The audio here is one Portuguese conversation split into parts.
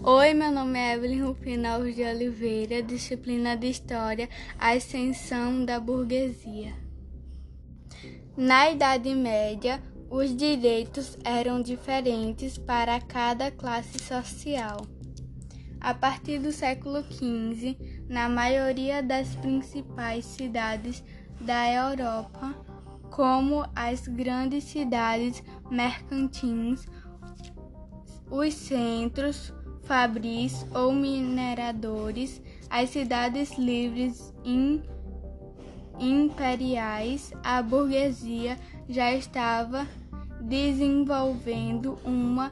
Oi, meu nome é Evelyn Rufino Alves de Oliveira, disciplina de História, a Ascensão da Burguesia. Na Idade Média, os direitos eram diferentes para cada classe social. A partir do século XV, na maioria das principais cidades da Europa, como as grandes cidades mercantis, os centros fabris ou mineradores, as cidades livres imperiais, a burguesia já estava desenvolvendo uma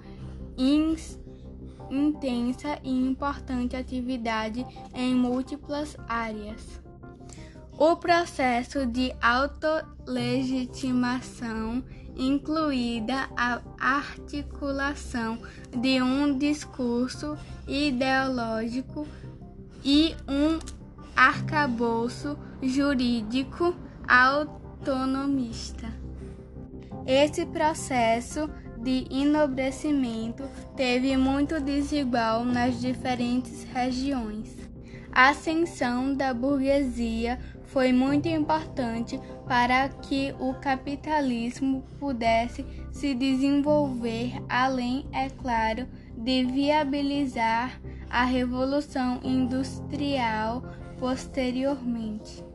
intensa e importante atividade em múltiplas áreas. O processo de autolegitimação, incluída a articulação de um discurso ideológico e um arcabouço jurídico autonomista. Esse processo de enobrecimento teve muito desigual nas diferentes regiões. A ascensão da burguesia foi muito importante para que o capitalismo pudesse se desenvolver, além, é claro, de viabilizar a Revolução Industrial posteriormente.